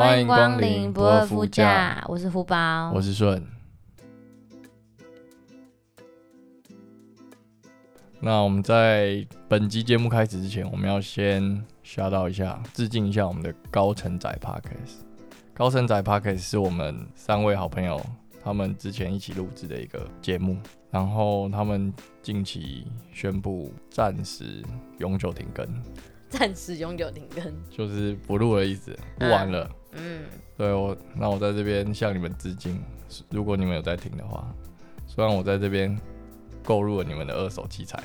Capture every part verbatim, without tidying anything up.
欢迎光临不二夫家，我是福宝， 我是顺。那我们在本集节目开始之前，我们要先 shout out 一下，致敬一下我们的高承载 Podcast。高承载 Podcast 是我们三位好朋友他们之前一起录制的一个节目，然后他们近期宣布暂时永久停更。 暂时永久停更， 就是不录的意思，不玩了。 嗯， 对我，那我在这边向你们致敬。如果你们有在听的话，虽然我在这边购入了你们的二手器材，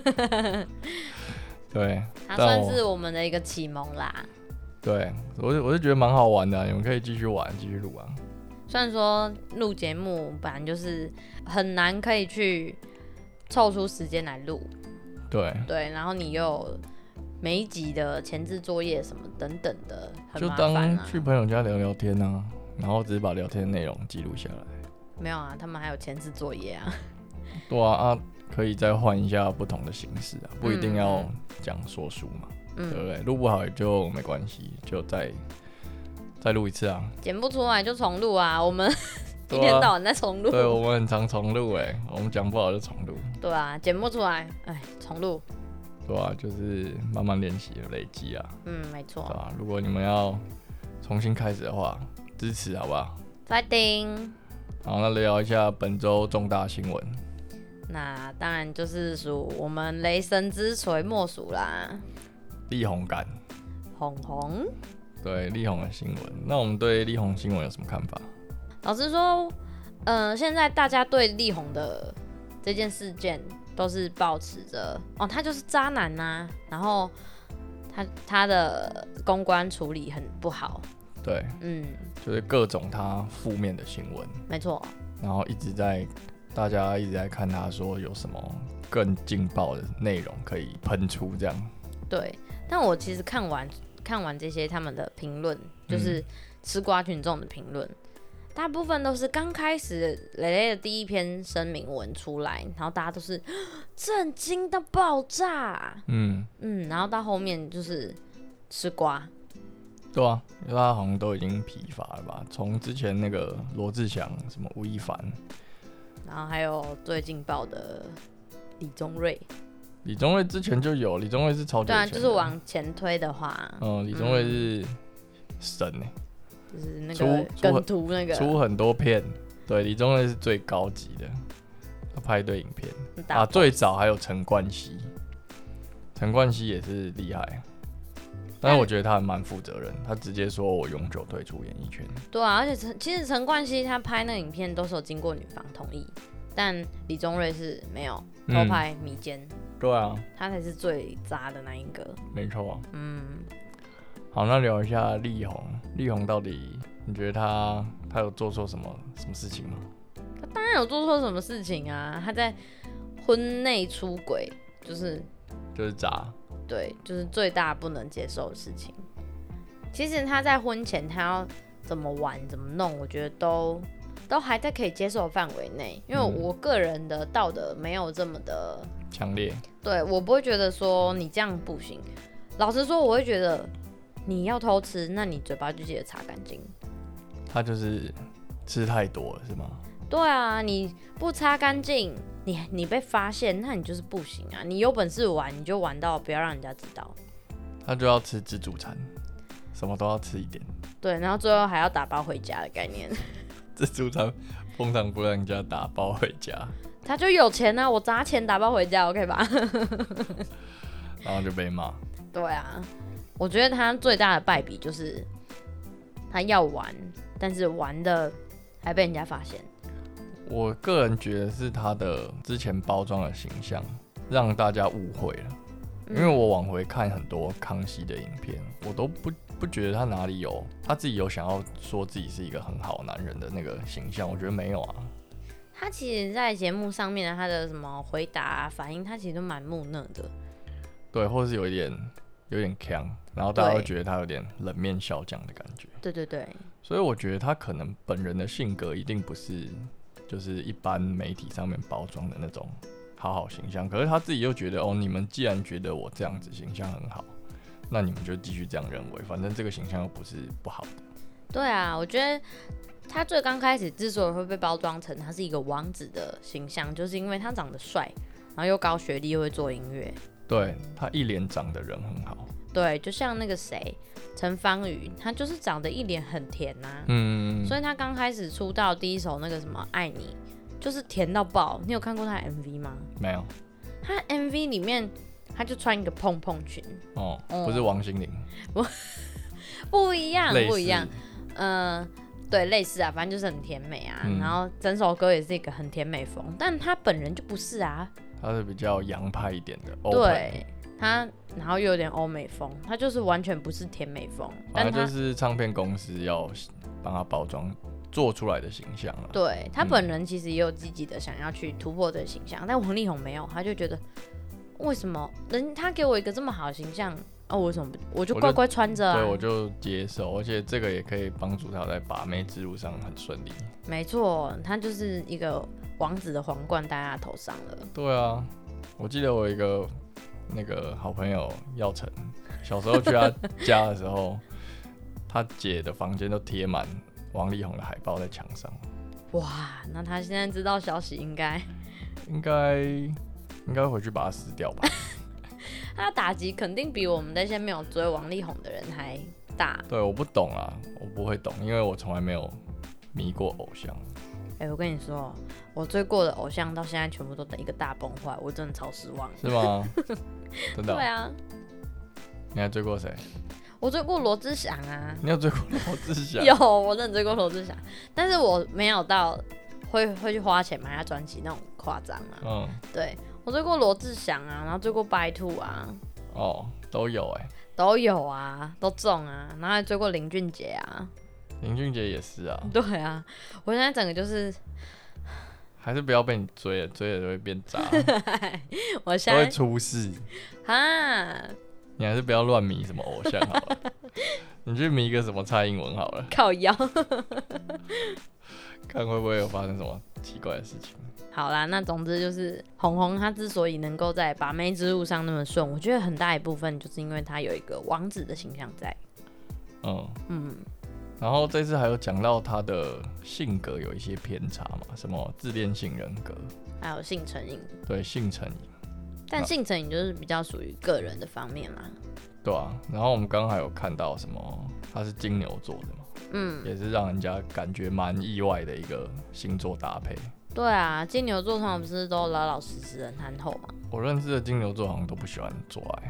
对， 它算是我们的一个启蒙啦。 对，我我是觉得蛮好玩的、啊，你们可以继续玩，继续录啊。 虽然说录节目本来就是很难可以去凑出时间来录， 对对，然后你又有每一集的前置作业什么等等的，很麻烦、啊、 就当去朋友家聊聊天啊，然后只是把聊天内容记录下来。 没有啊，他们还有前置作业啊。 对啊，啊可以再换一下不同的形式啊，不一定要讲说书嘛，嗯、对不对？录不好也就没关系，就再再录一次啊。 剪不出来就重录啊，我们一天到晚在重录。 对，我们很常重录哎，我们讲不好就重录。 对啊，剪不出来，哎，重录。 对啊，就是慢慢练习累积啊。 嗯，没错。 对啊，如果你们要重新开始的话，支持好不好？ 再听。 好，那聊一下本周重大新闻。 那当然就是属我们雷神之锤莫属啦。 力宏感。 红红。 对，力宏的新闻。那我们对力宏新闻有什么看法？ 老实说，呃，现在大家对力宏的这件事件都是抱持着哦，他就是渣男呐、啊，然后他他的公关处理很不好， 对，嗯，就是各种他负面的新闻， 没错， 然后一直在大家一直在看他说有什么更劲爆的内容可以喷出这样。 对，但我其实看完看完这些他们的评论，就是吃瓜群众的评论。嗯，大部分都是刚开始蕾蕾的第一篇声明文出来，然后大家都是震惊到爆炸，嗯嗯，然后到后面就是吃瓜。 对啊，因为他好像都已经疲乏了吧？从之前那个罗志祥、什么吴亦凡， 然后还有最劲爆的李宗瑞。 李宗瑞之前就有，李宗瑞是超久以前的。 对啊，就是往前推的话， 嗯，李宗瑞是神哎、欸。 就是那个梗图那个出很多片，对，李宗瑞是最高级的，他拍一堆影片啊。最早还有陈冠希，陈冠希也是厉害，但是我觉得他蛮负责任，他直接说我永久退出演艺圈。 对啊，而且其实陈冠希他拍那个影片都是有经过女方同意，但李宗瑞是没有偷拍迷奸、嗯。 对啊， 他才是最渣的那一个。 没错。嗯。好，那聊一下力宏。力宏到底你觉得他他有做错什么什么事情吗？ 他当然有做错什么事情啊！他在婚内出轨，就是就是渣， 对，就是最大不能接受的事情。其实他在婚前他要怎么玩怎么弄，我觉得都都还在可以接受的范围内，因为我个人的道德没有这么的强烈。 对，我不会觉得说你这样不行。老实说，我会觉得。你要偷吃，那你嘴巴就记得擦干净。 他就是吃太多了，是吗？ 对啊，你不擦干净，你你被发现，那你就是不行啊！你有本事玩，你就玩到不要让人家知道。 他就要吃自助餐，什么都要吃一点。 对，然后最后还要打包回家的概念。 自助餐通常不让人家打包回家。 他就有钱啊，我砸钱打包回家 ，OK 吧？ 然后就被骂。 对啊。我觉得他最大的败笔就是他要玩，但是玩的还被人家发现。 我个人觉得是他的之前包装的形象让大家误会了，嗯、因为我往回看很多康熙的影片，我都不不觉得他哪里有他自己有想要说自己是一个很好男人的那个形象，我觉得没有啊。 他其实，在节目上面他的什么回答、啊、反应，他其实都蛮木讷的。 对，或是有一点有点呛。然后大家会觉得他有点冷面笑匠的感觉。 对对对。 所以我觉得他可能本人的性格一定不是就是一般媒体上面包装的那种好好形象。可是他自己又觉得哦，你们既然觉得我这样子形象很好，那你们就继续这样认为，反正这个形象又不是不好的。 对啊，我觉得他最刚开始之所以会被包装成他是一个王子的形象，就是因为他长得帅，然后又高学历，又会做音乐。 对，他一脸长得人很好。 对，就像那个谁，陈芳宇，他就是长得一脸很甜呐、啊。 嗯， 所以他刚开始出道第一首那个什么《爱你》，就是甜到爆。你有看过他的 M V 吗？ 没有。 他 M V 里面他就穿一个蓬蓬裙。 哦，不是王心凌。 不，不一样，不一样。嗯、呃，对，类似啊，反正就是很甜美啊。嗯、然后整首歌也是一个很甜美风，但他本人就不是啊。 他是比较洋派一点的。 对。他然后又有点欧美风，他就是完全不是甜美风， 但他就是唱片公司要帮他包装做出来的形象啦。 对，他本人其实也有积极的想要去突破这个形象，嗯、但王力宏没有，他就觉得为什么人他给我一个这么好的形象，哦，为什么不我就乖乖穿着啊？ 对，我就接受，而且这个也可以帮助他在把妹之路上很顺利。 没错，他就是一个王子的皇冠戴在他头上了。 对啊，我记得我有一个。那个好朋友耀成，小时候去他家的时候，他姐的房间都贴满王力宏的海报在墙上。 哇，那他现在知道消息应该应该应该回去把它撕掉吧。 他的打击肯定比我们那些没有追王力宏的人还大。 对，我不懂啊，我不会懂，因为我从来没有迷过偶像。 哎、欸，我跟你说，我追过的偶像到现在全部都等一个大崩坏，我真的超失望。 是吗？真的、喔？ 对啊。 你还追过谁？ 我追过罗志祥啊。 你有追过罗志祥？ 有，我真的追过罗志祥，但是我没有到会会去花钱买他专辑那种夸张啊。嗯。对，我追过罗志祥啊，然后追过白兔啊。 哦，都有哎、欸。 都有啊，都中啊，然后还追过林俊杰啊。 林俊杰也是啊。 对啊，我现在整个就是， 还是不要被你追了，追了就会变渣。 我现在都会出事哈。 你还是不要乱迷什么偶像好了，你去迷一个什么蔡英文好了。 靠腰。 看会不会有发生什么奇怪的事情。 好啦，那总之就是红红他之所以能够在把妹之路上那么顺，我觉得很大一部分就是因为他有一个王子的形象在。嗯嗯。 然后这次还有讲到他的性格有一些偏差嘛，什么自恋性人格， 还有性成瘾。 对，性成瘾。 但性成瘾就是比较属于个人的方面啦。 对啊，然后我们刚刚还有看到什么，他是金牛座的嘛，嗯，也是让人家感觉蛮意外的一个星座搭配。 对啊，金牛座通常不是都老老实实很憨厚嘛？ 我认识的金牛座好像都不喜欢做爱。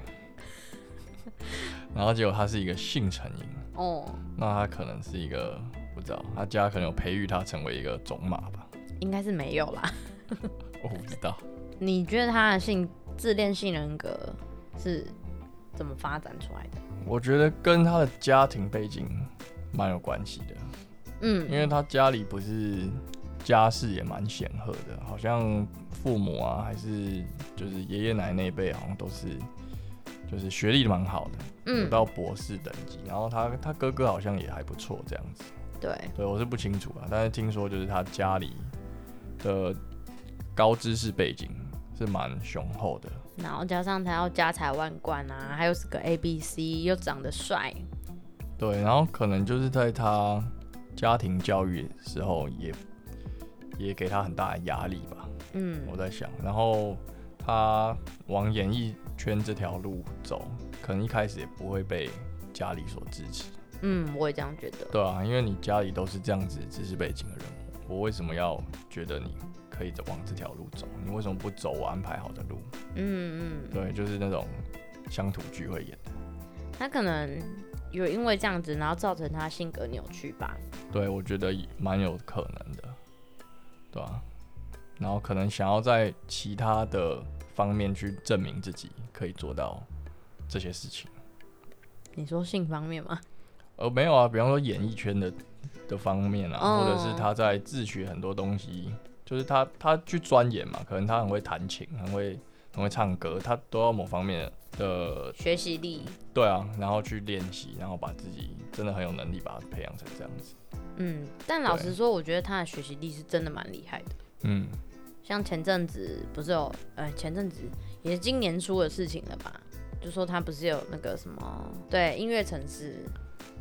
然后结果他是一个性成瘾哦，那他可能是一个不知道，他家可能有培育他成为一个种马吧？ 应该是没有啦。 我不知道。你觉得他的性自恋性人格是怎么发展出来的？ 我觉得跟他的家庭背景蛮有关系的。嗯，因为他家里不是家世也蛮显赫的，好像父母啊还是就是爷爷奶奶那一辈好像都是。就是学历蛮好的，嗯，有到博士等级，然后他他哥哥好像也还不错这样子。 对， 对我是不清楚啊，但是听说就是他家里的高知识背景是蛮雄厚的， 然后加上他要家财万贯啊，还有是个 A B C， 又长得帅。 对，然后可能就是在他家庭教育的时候也也给他很大的压力吧。嗯，我在想，然后他往演艺圈这条路走，可能一开始也不会被家里所支持。 嗯，我也这样觉得。 对啊，因为你家里都是这样子知识背景的人，我为什么要觉得你可以往这条路走？你为什么不走我安排好的路？嗯嗯，对，就是那种乡土剧会演的。 他可能有因为这样子，然后造成他性格扭曲吧？ 对，我觉得蛮有可能的，对啊。然后可能想要在其他的方面去证明自己可以做到这些事情。 你说性方面吗？ 呃，没有啊，比方说演艺圈的的方面啊，哦、或者是他在自学很多东西，就是他他去钻研嘛，可能他很会弹琴，很会很会唱歌，他都要某方面的学习力。 对啊，然后去练习，然后把自己真的很有能力把它培养成这样子。 嗯，但老实说，我觉得他的学习力是真的蛮厉害的。嗯，像前阵子不是有，呃，前阵子也是今年出的事情了吧？就说他不是有那个什么，对，音乐城市，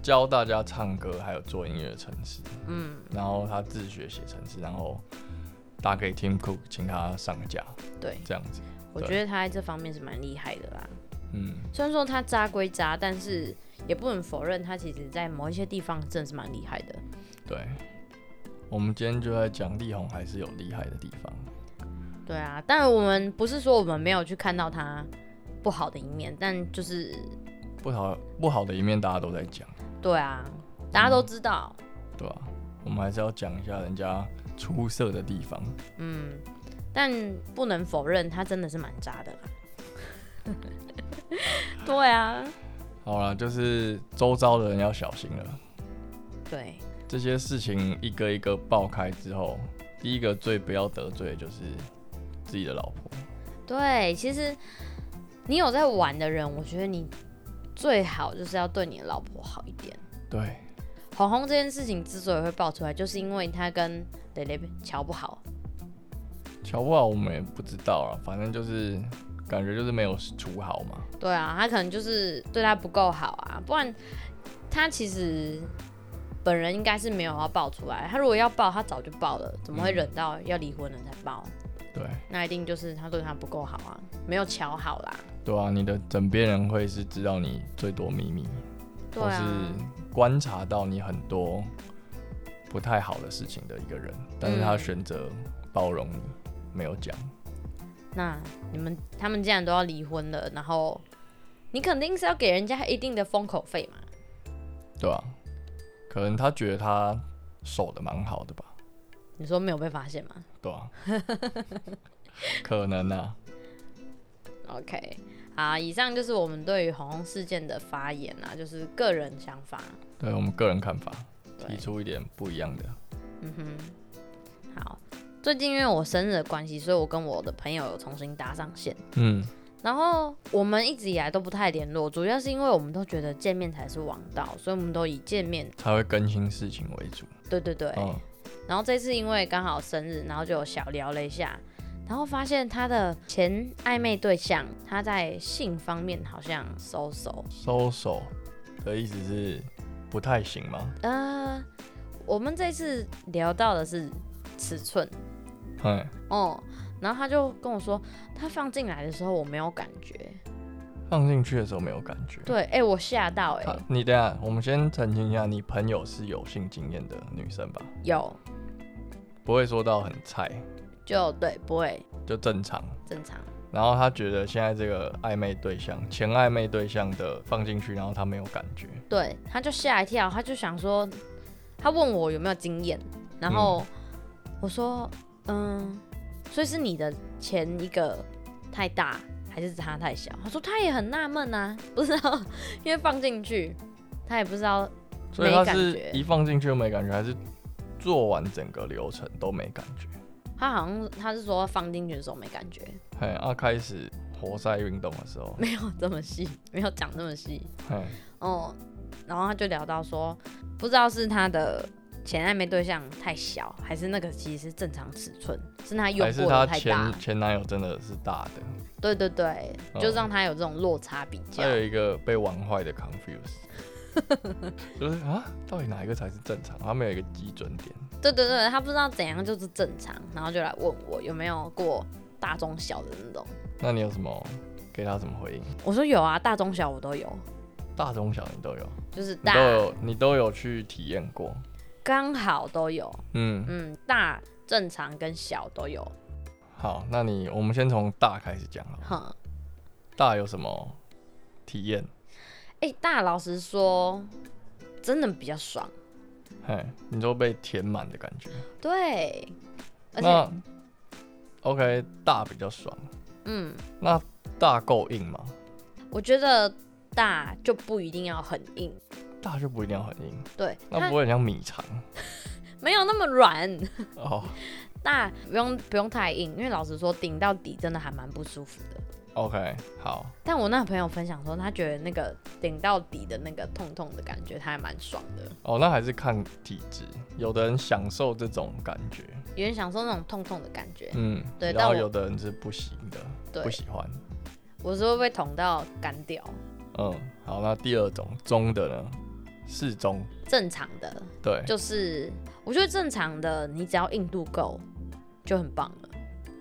教大家唱歌，还有做音乐的程式。 嗯， 然后他自学写程式，然后打给 Tim Cook， 请他上架。 对， 这样子。 我觉得他在这方面是蛮厉害的啦。 嗯， 虽然说他渣归渣，但是也不能否认他其实在某一些地方真的是蛮厉害的。 对，我们今天就在讲力宏还是有厉害的地方。 对啊，但我们不是说我们没有去看到他不好的一面，但就是不好不好的一面大家都在讲。 对啊，大家都知道。 嗯、对啊，我们还是要讲一下人家出色的地方。 嗯，但不能否认他真的是蛮渣的啦。对啊， 好啦，就是周遭的人要小心了。 对， 这些事情一个一个爆开之后，第一个最不要得罪的就是自己的老婆。 对，其实你有在玩的人，我觉得你最好就是要对你的老婆好一点。 对， 红红这件事情之所以会爆出来，就是因为他跟蕾蕾瞧不好。 瞧不好我们也不知道啊，反正就是感觉就是没有处好嘛。 对啊，他可能就是对他不够好啊，不然他其实本人应该是没有要爆出来。他如果要爆，他早就爆了，怎么会忍到要离婚了才爆？ 对， 那一定就是他对他不够好啊，没有瞧好啦。 对啊，你的枕边人会是知道你最多秘密， 对啊， 或是观察到你很多不太好的事情的一个人，但是他选择包容你，没有讲。 那你们他们既然都要离婚了，然后你肯定是要给人家一定的封口费嘛？ 对啊，可能他觉得他守的蛮好的吧。 你说没有被发现吗？ 对啊，可能啊。 OK， 好，以上就是我们对于红红事件的发言啊，就是个人想法。 对我们个人看法，提出一点不一样的。 嗯哼，好。最近因为我生日的关系，所以我跟我的朋友有重新搭上线。嗯，然后我们一直以来都不太联络，主要是因为我们都觉得见面才是王道，所以我们都以见面才会更新事情为主。 对对对。嗯、然后这次因为刚好生日，然后就有小聊了一下，然后发现他的前暧昧对象，他在性方面好像收手。 收手的意思是不太行吗？ 呃，我们这次聊到的是尺寸。嗯，哦，然后他就跟我说，他放进来的时候我没有感觉， 放进去的时候没有感觉。 对，哎、欸，我吓到哎、欸。 你等一下，我们先澄清一下，你朋友是有性经验的女生吧？ 有， 不会说到很菜， 就对，不会， 就正常， 正常。 然后他觉得现在这个暧昧对象，前暧昧对象的放进去，然后他没有感觉， 对，他就吓一跳，他就想说，他问我有没有经验，然后我说。嗯，所以是你的前一个太大，还是他太小？他说他也很纳闷啊，不知道，因为放进去，他也不知道， 所以他是一放进去就没感觉，还是做完整个流程都没感觉？ 他好像他是说放进去的时候没感觉， 嘿，啊，开始活塞运动的时候没有这么细，没有讲这么细，嘿，哦，然后他就聊到说，不知道是他的。前暧昧对象太小，还是那个其实是正常尺寸，是他用过的太大， 还是他前前男友真的是大的？ 对对对，嗯、就让他有这种落差比较。 他有一个被玩坏的 confuse， 就是啊，到底哪一个才是正常？他没有一个基准点。 对对对，他不知道怎样就是正常，然后就来问我有没有过大中小的那种。 那你有什么给他什么回应？ 我说有啊，大中小我都有。 大中小你都有， 就是大你都有，你都有去体验过。 刚好都有，嗯嗯，大、正常跟小都有。 好，那你我们先从大开始讲好。大有什么体验？ 哎、欸，大老实说，真的比较爽。 嘿，你都被填满的感觉。 对，而且那 OK， 大比较爽。嗯，那大够硬吗？ 我觉得大就不一定要很硬。 大就不一定要很硬， 对， 那不会很像米肠， 没有那么软哦。 大不用不用太硬，因为老实说顶到底真的还蛮不舒服的。 OK， 好。 但我那个朋友分享说，他觉得那个顶到底的那个痛痛的感觉，他还蛮爽的。 哦，那还是看体质，有的人享受这种感觉， 有人享受那种痛痛的感觉， 嗯，对。然后有的人是不行的，不喜欢。我是会被捅到干掉。 嗯，好，那第二种中的呢？ 适中正常的， 对， 就是我觉得正常的，你只要硬度够就很棒了。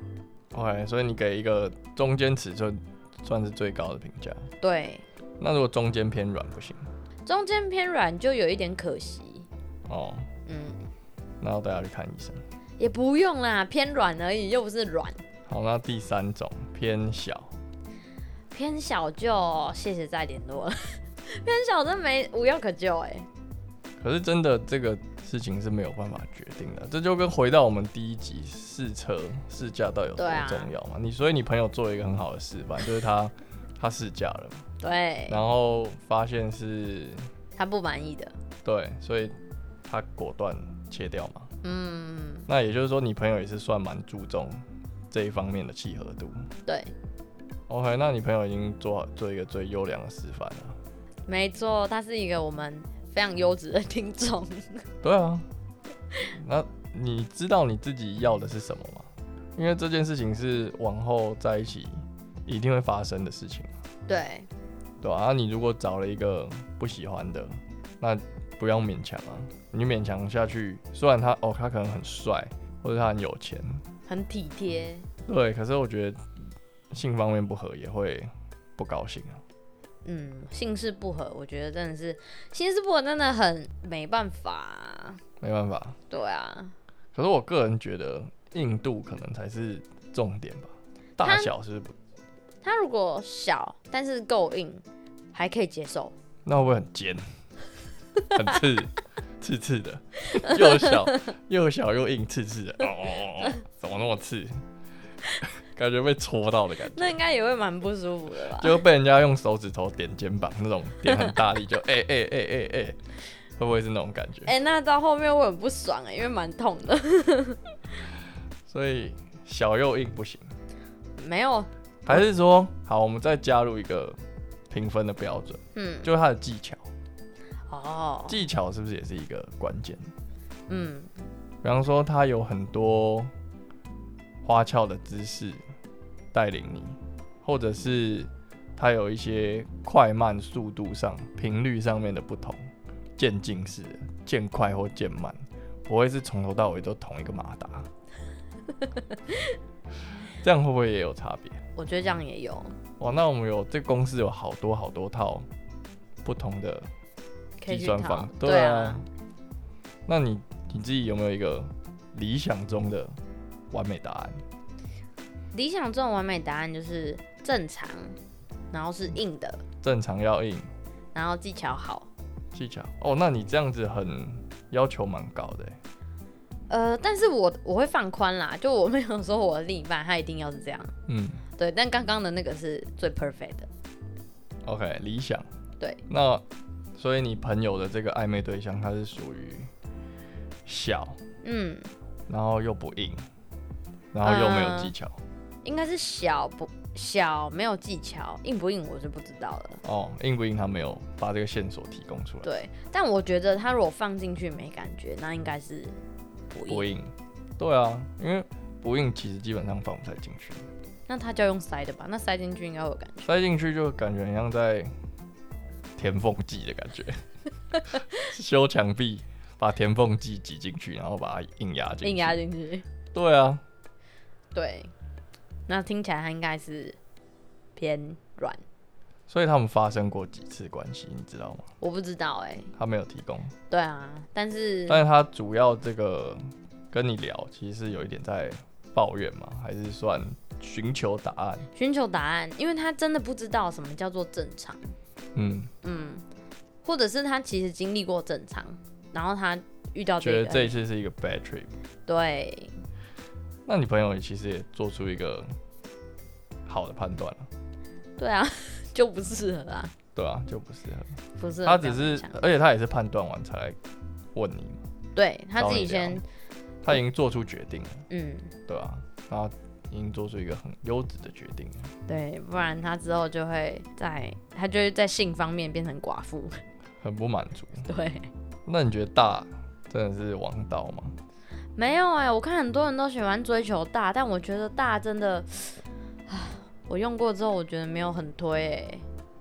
OK， 所以你给一个中间尺寸算是最高的评价。 对， 那如果中间偏软不行？ 中间偏软就有一点可惜。 哦， 嗯， 那要带他去看医生。 也不用啦，偏软而已，又不是软。 好，那第三种偏小， 偏小就谢谢再联络了。偏小真没无药可救哎、欸。 可是真的这个事情是没有办法决定的，这就跟回到我们第一集试车试驾到底有多重要嘛？啊、你所以你朋友做了一个很好的示范，就是他他试驾了， 对， 然后发现是他不满意的， 对，所以他果断切掉嘛。 嗯， 那也就是说，你朋友也是算蛮注重这一方面的契合度。 对 ，OK， 那你朋友已经做好做一个最优良的示范了。 没错，他是一个我们非常优质的听众。 对啊，那你知道你自己要的是什么吗？因为这件事情是往后在一起一定会发生的事情。 对， 对啊，你如果找了一个不喜欢的，那不要勉强啊。你勉强下去，虽然他哦他可能很帅，或者他很有钱， 很体贴。 对，可是我觉得性方面不合也会不高兴啊。 嗯，性事不合，我觉得真的是性事不合，真的很没办法、啊。 没办法。 对啊。 可是我个人觉得硬度可能才是重点吧，大小是不是不？ 它如果小但是够硬，还可以接受。 那会不会很尖？很刺，刺刺的，又小又小又硬，刺刺的。哦哦哦，怎么那么刺？感觉被戳到的感觉。 那应该也会蛮不舒服的吧？ 就被人家用手指头点肩膀那种，点很大力就哎哎哎哎哎，会不会是那种感觉？ 哎、欸，那到后面我很不爽哎、欸，因为蛮痛的。 所以小又硬不行。 没有。 还是说，好，我们再加入一个评分的标准，嗯，就是它的技巧。哦，技巧是不是也是一个关键？嗯，比方说，它有很多花俏的姿势带领你，或者是它有一些快慢速度上、频率上面的不同，渐进式的、渐快或渐慢，不会是从头到尾都同一个马达。这样会不会也有差别？ 我觉得这样也有。 哇，那我们有这公司有好多好多套不同的计算方，对啊。对啊，那你你自己有没有一个理想中的完美答案？ 理想中的完美答案就是正常，然后是硬的。 正常要硬， 然后技巧好。 技巧哦，那你这样子很要求蛮高的欸。 呃，但是我我会放宽啦，就我没有说我的另一半他一定要是这样，嗯，对。但刚刚的那个是最 perfect 的。 OK， 理想。 对。 那所以你朋友的这个暧昧对象，他是属于小，嗯，然后又不硬，然后又没有技巧。呃、 应该是小不小没有技巧，硬不硬我就不知道了。 哦，硬不硬他没有把这个线索提供出来。 对，但我觉得他如果放进去没感觉，那应该是。 不硬，对啊，因为不硬其实基本上放不太进去。 那他就要用塞的吧？那塞进去应该会有感觉。 塞进去就感觉很像在填缝剂的感觉，修墙壁把填缝剂挤进去，然后把它硬压进去。 硬压进去。 对啊。 对，那听起来他应该是偏软。 所以他们发生过几次关系，你知道吗？ 我不知道哎、欸， 他没有提供。 对啊，但是但是他主要这个跟你聊，其实是有一点在抱怨嘛，还是算寻求答案？ 寻求答案，因为他真的不知道什么叫做正常。嗯嗯，或者是他其实经历过正常，然后他遇到这个， 觉得这一次是一个 bad trip。 对。 那你朋友其实也做出一个好的判断了。 对啊。就不适合啊， 对啊，就不适合， 不适合。 他只是，而且他也是判断完才来问你嘛。 对，他自己先， 他已经做出决定了， 嗯， 对啊，然后已经做出一个很优质的决定了。 对，不然他之后就会在，他就会在性方面变成寡妇， 很不满足。 对， 那你觉得大真的是王道吗？ 没有哎、欸，我看很多人都喜欢追求大，但我觉得大真的。我用过之后，我觉得没有很推诶、欸。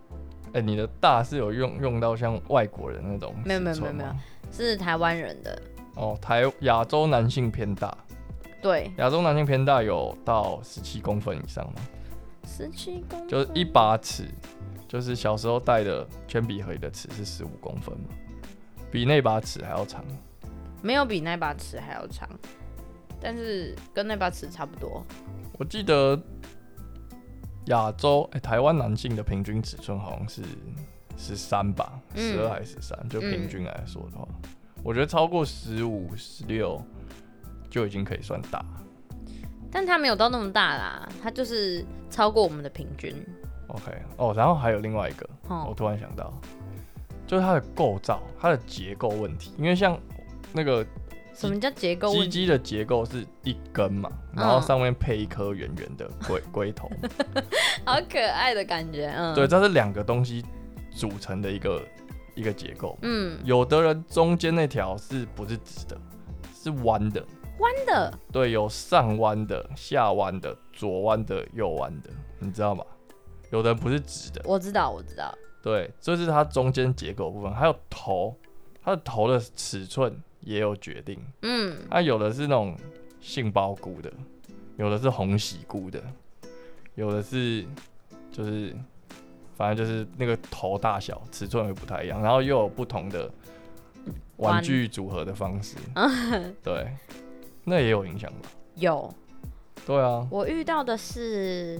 哎、欸，你的大是有用用到像外国人那种尺寸吗？ 没有没有没有没有，是台湾人的。 哦，台亚洲男性偏大。 对， 亚洲男性偏大有到十七公分以上吗？ 十七公分， 就是一把尺，就是小时候带的铅笔盒里的尺是十五公分嘛，比那把尺还要长。 没有比那把尺还要长，但是跟那把尺差不多。 我记得亚洲哎，台湾男性的平均尺寸好像是十三吧，十二还是十三？就平均来说的话，嗯、我觉得超过十五、十六就已经可以算大。 但它没有到那么大啦，它就是超过我们的平均。 OK， 哦，然后还有另外一个，哦、我突然想到，就是它的构造、它的结构问题。因为像那个什么叫结构问题？ 鸡鸡的结构是一根嘛，然后上面配一颗圆圆的龟龟头， 好可爱的感觉。嗯， 对，这是两个东西组成的一个一个结构。 嗯， 有的人中间那条是不是直的，是弯的。 弯的， 对，有上弯的、下弯的、左弯的、右弯的，你知道吗？有的人不是直的， 我知道，我知道。 对，这是它中间结构部分，还有头，它的头的尺寸也有决定。嗯，它有的是那种杏鲍菇的，有的是红喜菇的，有的是就是反正就是那个头大小、尺寸会不太一样，然后又有不同的玩具组合的方式。对。那也有影响吧？ 有， 对啊， 我遇到的是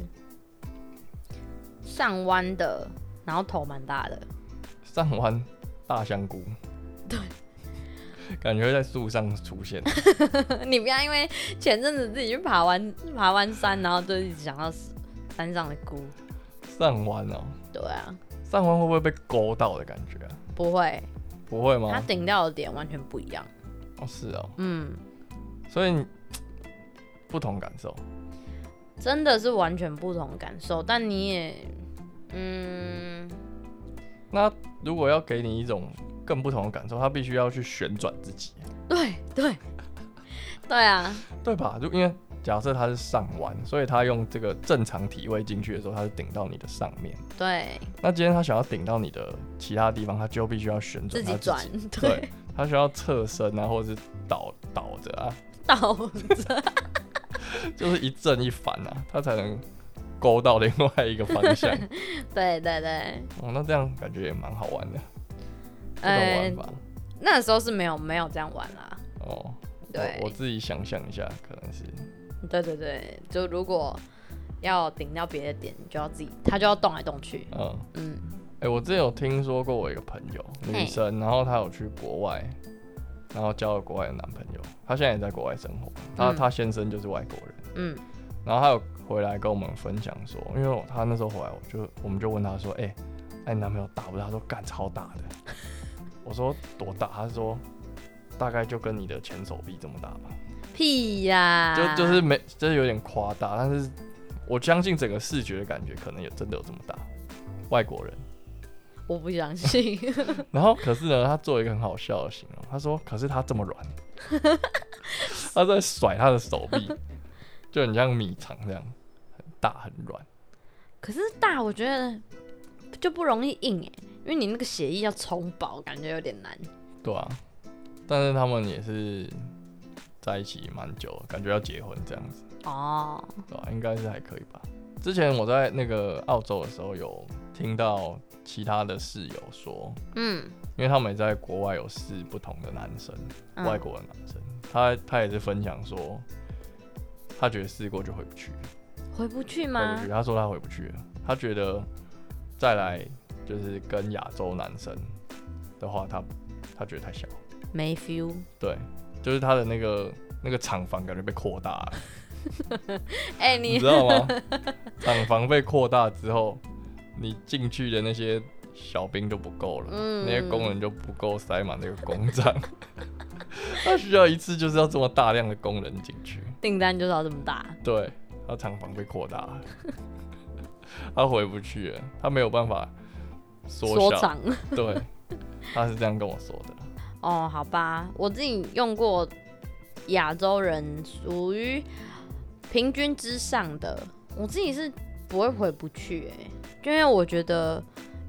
上弯的，然后头蛮大的。 上弯大香菇， 对， 感觉会在树上出现。 你不要因为前阵子自己去爬完爬完山，然后就一直想到山上的菇。 上弯哦， 对啊， 上弯会不会被勾到的感觉啊？ 不会， 不会吗？ 它顶到的点完全不一样。 哦，是哦， 嗯。 所以不同感受， 真的是完全不同感受。但你也，嗯， 那如果要给你一种更不同的感受，他必须要去旋转自己。 对对对啊， 对吧？就因为假设他是上弯，所以他用这个正常体位进去的时候，他是顶到你的上面。 对。 那今天他想要顶到你的其他地方，他就必须要旋转自己转。 对，对，他需要侧身啊，或者是倒倒着啊。 倒着， 就是一正一反啊，他才能勾到另外一个方向。 对对对， 哦，那这样感觉也蛮好玩的。这种玩法，呃、 那时候是没有没有这样玩啦。 哦， 对我，我自己想象一下，可能是。 对对对，就如果要顶到别的点，你就要自己，他就要动来动去。嗯嗯， 哎、欸，我之前有聽說過我一個朋友，女生，然後她有去國外。然後交了國外的男朋友，她現在也在國外生活，她她、嗯、先生就是外國人，嗯，然後她有回來跟我們分享說，因為她那時候回來，我就我們就問她說，哎、欸，哎，你男朋友大不大？她說幹超大的，我說多大？她說大概就跟你的前手臂這麼大吧。 屁呀、啊！ 就就是沒，就是有點誇大，但是我相信整個視覺的感覺可能也真的有這麼大，外國人。 我不相信。 然后，可是呢，他做一个很好笑的形容，他说：“可是他这么软，他在甩他的手臂，就很像米肠这样，很大很软。 可是大，我觉得就不容易硬哎，因为你那个血液要冲饱，感觉有点难。 对啊，但是他们也是在一起蛮久，感觉要结婚这样子。哦，对吧、啊？应该是还可以吧。之前我在那个澳洲的时候，有听到。”其他的室友说，嗯，因为他们也在国外有试不同的男生，嗯、外国的男生，他他也是分享说，他觉得試過就回不去， 回不去嗎？ 回不去，他說他回不去了，他覺得再來就是跟亞洲男生的話，他他覺得太小， 沒 feel。 對，就是他的那個那個廠房感覺被擴大了。 哎、欸，你你知道嗎？廠房被擴大之後，你進去的那些小兵就不夠了，嗯、那些工人就不夠塞滿那個工廠。他需要一次就是要這麼大量的工人進去， 訂單就是要這麼大。 對，他廠房被擴大了，他回不去了，他沒有辦法縮小。對，他是這樣跟我說的。 哦，好吧，我自己用過亞洲人屬於平均之上的，我自己是不會回不去哎、欸，因為我覺得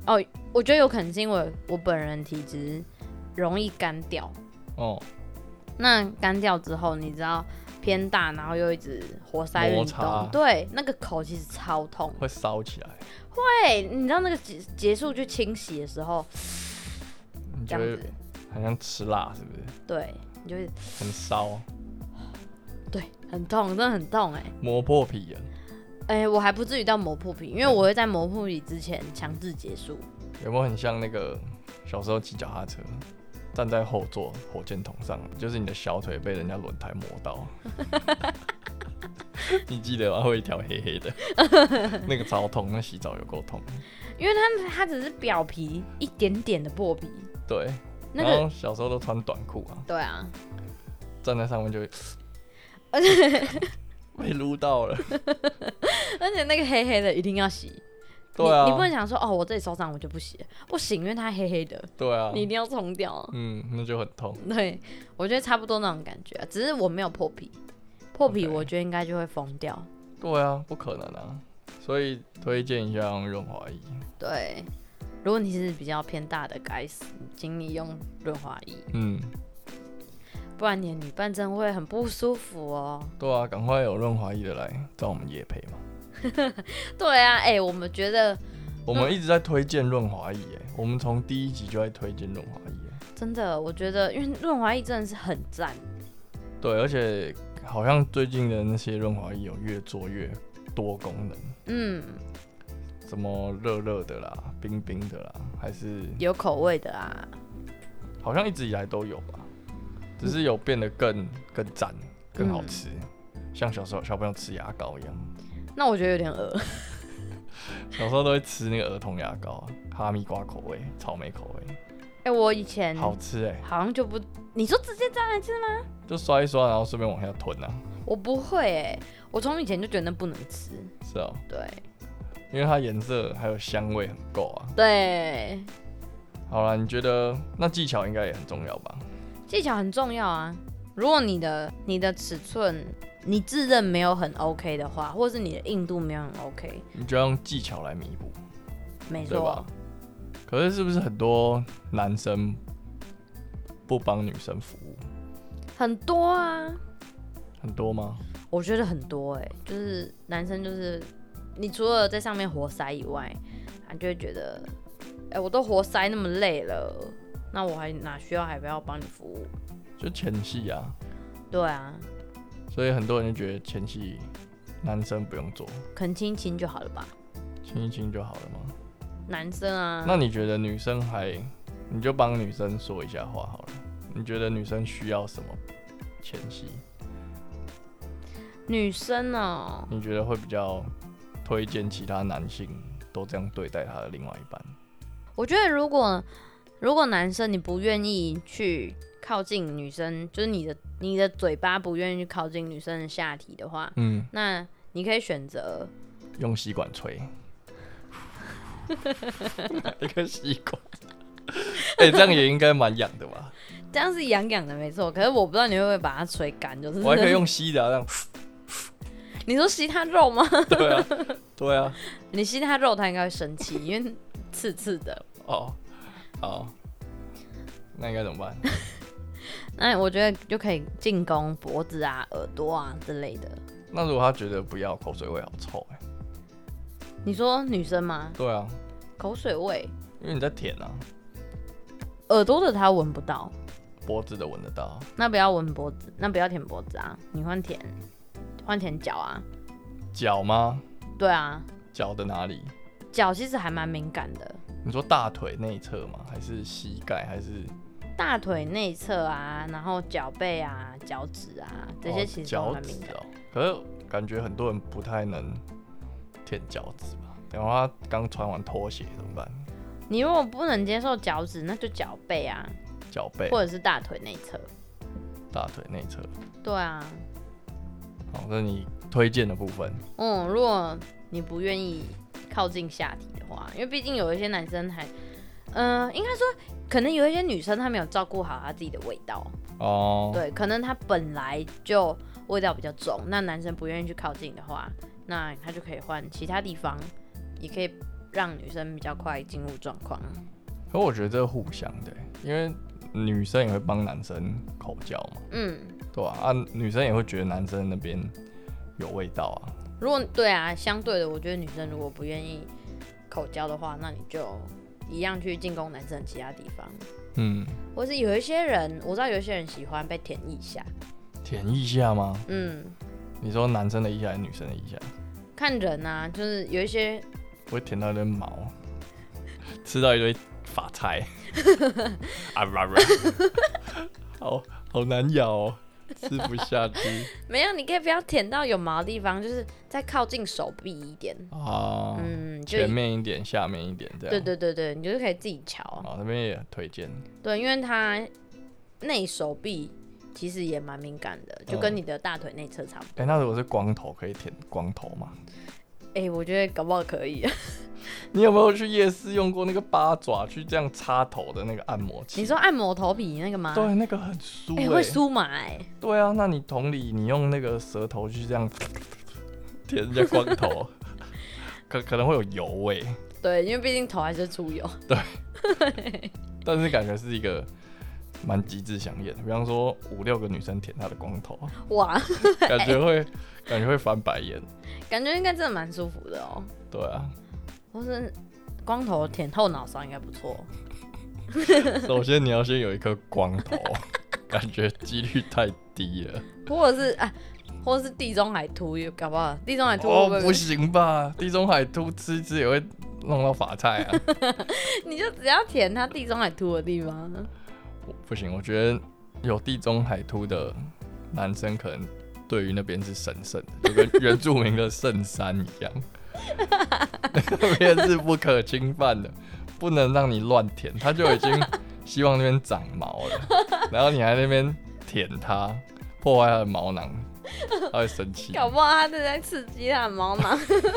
哦，我觉得有可能是因为我本人体质容易干掉。哦。那干掉之后，你知道偏大，然后又一直活塞运动，对，那个口其实超痛， 会烧起来。 会，你知道那个结结束去清洗的时候， 你觉得很像吃辣，是不是？ 对，你就会很烧。 对，很痛，真的很痛哎、欸， 磨破皮了。 哎、欸，我还不至于到磨破皮，因为我会在磨破皮之前强制结束。 有没有很像那个小时候骑脚踏车？站在后座火箭筒上，就是你的小腿被人家轮胎磨到，你记得吗？会一条黑黑的，那个超痛，那洗澡有够痛。 因为它它只是表皮一点点的破皮。 对， 那个、 然后小时候都穿短裤啊。 对啊， 站在上面就会，而且被撸到了， 而且那个黑黑的一定要洗。 对啊， 你, 你不能想说哦，我这里受伤我就不洗了，不行，因为它黑黑的。 对啊， 你一定要冲掉。 嗯，那就很痛。 对，我觉得差不多那种感觉、啊，只是我没有破皮，破皮我觉得应该就会疯掉。 Okay. 对啊，不可能啊，所以推荐一下用润滑液。 对，如果你是比较偏大的该死，请你用润滑液。嗯，不然你的女伴真会很不舒服哦。 对啊，赶快有润滑液的来找我们业配嘛。 对啊，哎、欸，我们觉得我们一直在推荐润滑液，我们从第一集就在推荐润滑液。 真的，我觉得因为润滑液真的是很赞。 对，而且好像最近的那些润滑液有越做越多功能。嗯，什么热热的啦，冰冰的啦，还是有口味的啊？ 好像一直以来都有吧，只是有变得更更赞、更好吃，嗯、像小时候小朋友吃牙膏一样。 那我觉得有点恶。 小时候都会吃那个儿童牙膏，哈密瓜口味、草莓口味。 哎、欸，我以前好吃哎、欸， 好像就不，你说直接沾来吃吗？ 就刷一刷，然后顺便往下吞啊。 我不会哎、欸，我从以前就觉得那不能吃。 是哦。 对。 因为它颜色还有香味很够啊。 对。 好啦，你觉得那技巧应该也很重要吧？ 技巧很重要啊。如果你的你的尺寸你自认没有很 OK 的话，或是你的硬度没有很 OK， 你就要用技巧来弥补。 没错。 可是是不是很多男生不帮女生服务？ 很多啊。 很多吗？ 我觉得很多哎、欸，就是男生就是你除了在上面活塞以外，他就会觉得，哎、欸，我都活塞那么累了，那我还哪需要还不要帮你服务？ 就前戏啊。 对啊。 所以很多人就觉得前戏男生不用做， 可能亲亲就好了吧？ 亲一亲就好了吗？ 男生啊。 那你觉得女生还，你就帮女生说一下话好了。你觉得女生需要什么前戏？ 女生哦， 你觉得会比较推荐其他男性都这样对待他的另外一半？ 我觉得如果如果男生你不愿意去靠近女生，就是你的你的嘴巴不愿意去靠近女生的下体的话，嗯，那你可以选择用吸管吹，一个吸管，哎、欸，这样也应该蛮痒的吧？ 这样是痒痒的没错，可是我不知道你会不会把它吹干，就是我还可以用吸的、啊，这样。 你说吸他肉吗？ 对啊，对啊。 你吸他肉，他应该会生气，因为刺刺的。 哦，好，那应该怎么办？ 那我觉得就可以进攻脖子啊、耳朵啊之类的。 那如果他觉得不要，口水味好臭哎、欸。 你说女生吗？ 对啊。 口水味， 因为你在舔啊。 耳朵的他闻不到， 脖子的闻得到。 那不要闻脖子，那不要舔脖子啊，你换舔。换舔脚啊？ 脚吗？ 对啊。 脚的哪里？ 脚其实还蛮敏感的。 你说大腿内侧吗？还是膝盖？还是大腿内侧啊？然后脚背啊、脚趾啊，这些其实都蛮敏感的、哦。 可是感觉很多人不太能舔脚趾吧？等会他刚穿完拖鞋怎么办？ 你如果不能接受脚趾，那就脚背啊。 脚背， 或者是大腿内侧。 大腿内侧。对啊。 好，这是你推荐的部分。 嗯，如果你不愿意靠近下体的话，因为毕竟有一些男生还，嗯、呃，应该说可能有一些女生她没有照顾好她自己的味道。哦。对，可能她本来就味道比较重，那男生不愿意去靠近的话，那他就可以换其他地方，也可以让女生比较快进入状况。 可我觉得这是互相的，因为女生也会帮男生口交嘛，嗯，对啊，啊，女生也会觉得男生那边有味道啊。 如果对啊，相对的，我觉得女生如果不愿意口交的话，那你就一样去进攻男生的其他地方。嗯，或是有一些人，我知道有一些人喜欢被舔腋下。 舔腋下吗？嗯，你说男生的腋下还是女生的腋下？ 看人啊，就是有一些会舔到一堆毛，吃到一堆发菜，啊不不，好好难咬哦。吃不下去。 没有，你可以不要舔到有毛的地方，就是再靠近手臂一点。 啊，嗯，前面一点，下面一点，这样。 对对对对，你就是可以自己瞧。 啊，那边也很推荐。 对，因为它内手臂其实也蛮敏感的，就跟你的大腿内侧差不多。 哎、嗯欸，那如果是光头，可以舔光头吗？ 哎、欸，我觉得搞不好可以。 你有没有去夜市用过那个八爪去这样插头的那个按摩器？ 你说按摩头皮那个吗？ 对，那个很酥、欸，哎、 欸，会酥麻哎。 对啊，那你同理，你用那个舌头去这样舔人家光头，可可能会有油味。 对，因为毕竟头还是出油。 对。但是感觉是一个蛮极致想演的，比方说五六个女生舔她的光头，哇，感觉会感觉会翻白眼， 感觉应该真的蛮舒服的哦。 对啊。 或是光头舔后脑勺应该不错。 首先你要先有一颗光头，感觉几率太低了。 或者是啊，或者是地中海秃，搞不好地中海秃哦不行吧？地中海秃吃一吃也会弄到发菜啊。 你就只要舔它地中海秃的地方。 不行，我觉得有地中海秃的男生可能对于那边是神圣的，就跟原住民的圣山一样。那边是不可侵犯的，不能让你乱舔，他就已经希望那边长毛了，然后你还在那边舔它，破坏它的毛囊，他会生气。 搞不好他正在刺激他的毛囊。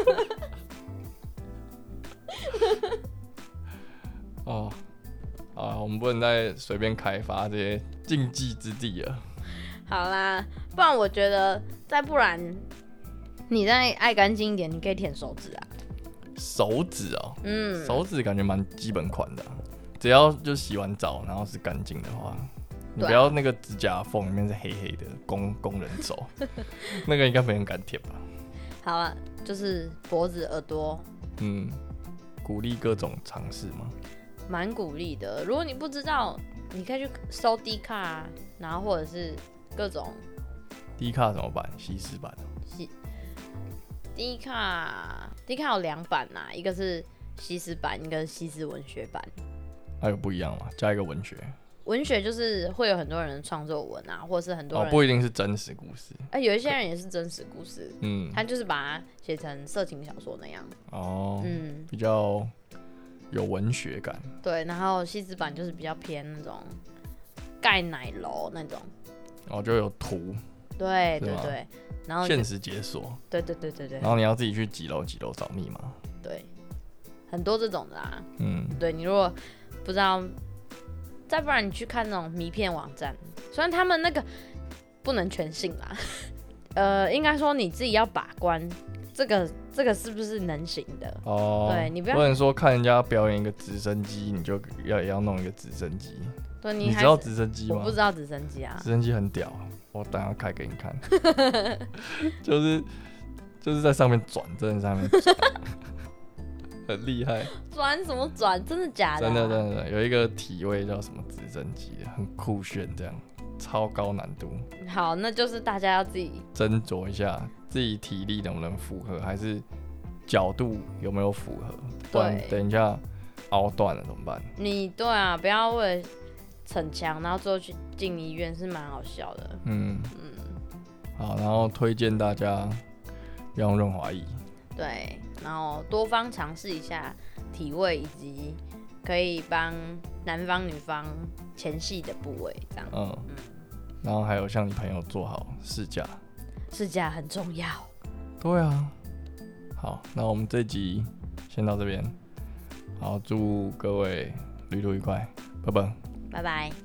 哦，啊，我们不能再随便开发这些禁忌之地了。 好啦，不然我觉得再不然。你再爱干净一点，你可以舔手指啊。 手指哦，嗯，手指感觉蛮基本款的、啊，只要就洗完澡，然后是干净的话，你不要那个指甲缝里面是黑黑的，工工人手，那个应该没人敢舔吧？ 好了，就是脖子、耳朵， 嗯，鼓励各种尝试吗？ 蛮鼓励的。如果你不知道，你可以去搜 D 卡啊，然后或者是各种 D 卡怎么办？西施版。 D 卡 D 卡有两版呐、啊，一个是西施版，一个是西施文学版。 还有不一样吗？加一个文学。 文学就是会有很多人创作文啊，或者是很多人、 哦、不一定是真实故事。 哎、欸，有一些人也是真实故事，嗯，他就是把它写成色情小说那样。哦，嗯， 比较有文学感。 对，然后西施版就是比较偏那种盖奶楼那种。 哦，就有图。 对对对。然后限时解锁， 对对对对对， 然后你要自己去几楼几楼找密码， 对，很多这种的啊，嗯，对你如果不知道，再不然你去看那种迷片网站，虽然他们那个不能全信啦，呃，应该说你自己要把关，这个这个是不是能行的？哦，对你不要不能说看人家表演一个直升机，你就要也要弄一个直升机， 对， 你, 你知道直升机吗？ 我不知道直升机啊， 直升机很屌。我等一下开给你看，就是就是在上面转，真的在上面转，很厉害。 转什么转？真的假的、啊？ 真的真的，有一个体位叫什么直升机，很酷炫，这样超高难度。 好，那就是大家要自己斟酌一下，自己体力能不能符合，还是角度有没有符合？不然等一下凹断了怎么办？ 你对啊，不要为了逞强，然后最后去进医院是蛮好笑的。嗯嗯， 好，然后推荐大家用润滑液。 对，然后多方尝试一下体位以及可以帮男方女方前戏的部位，这样。嗯嗯， 然后还有向你朋友做好试驾， 试驾很重要。 对啊，好，那我们这集先到这边，好，祝各位旅途愉快，拜拜。 拜拜。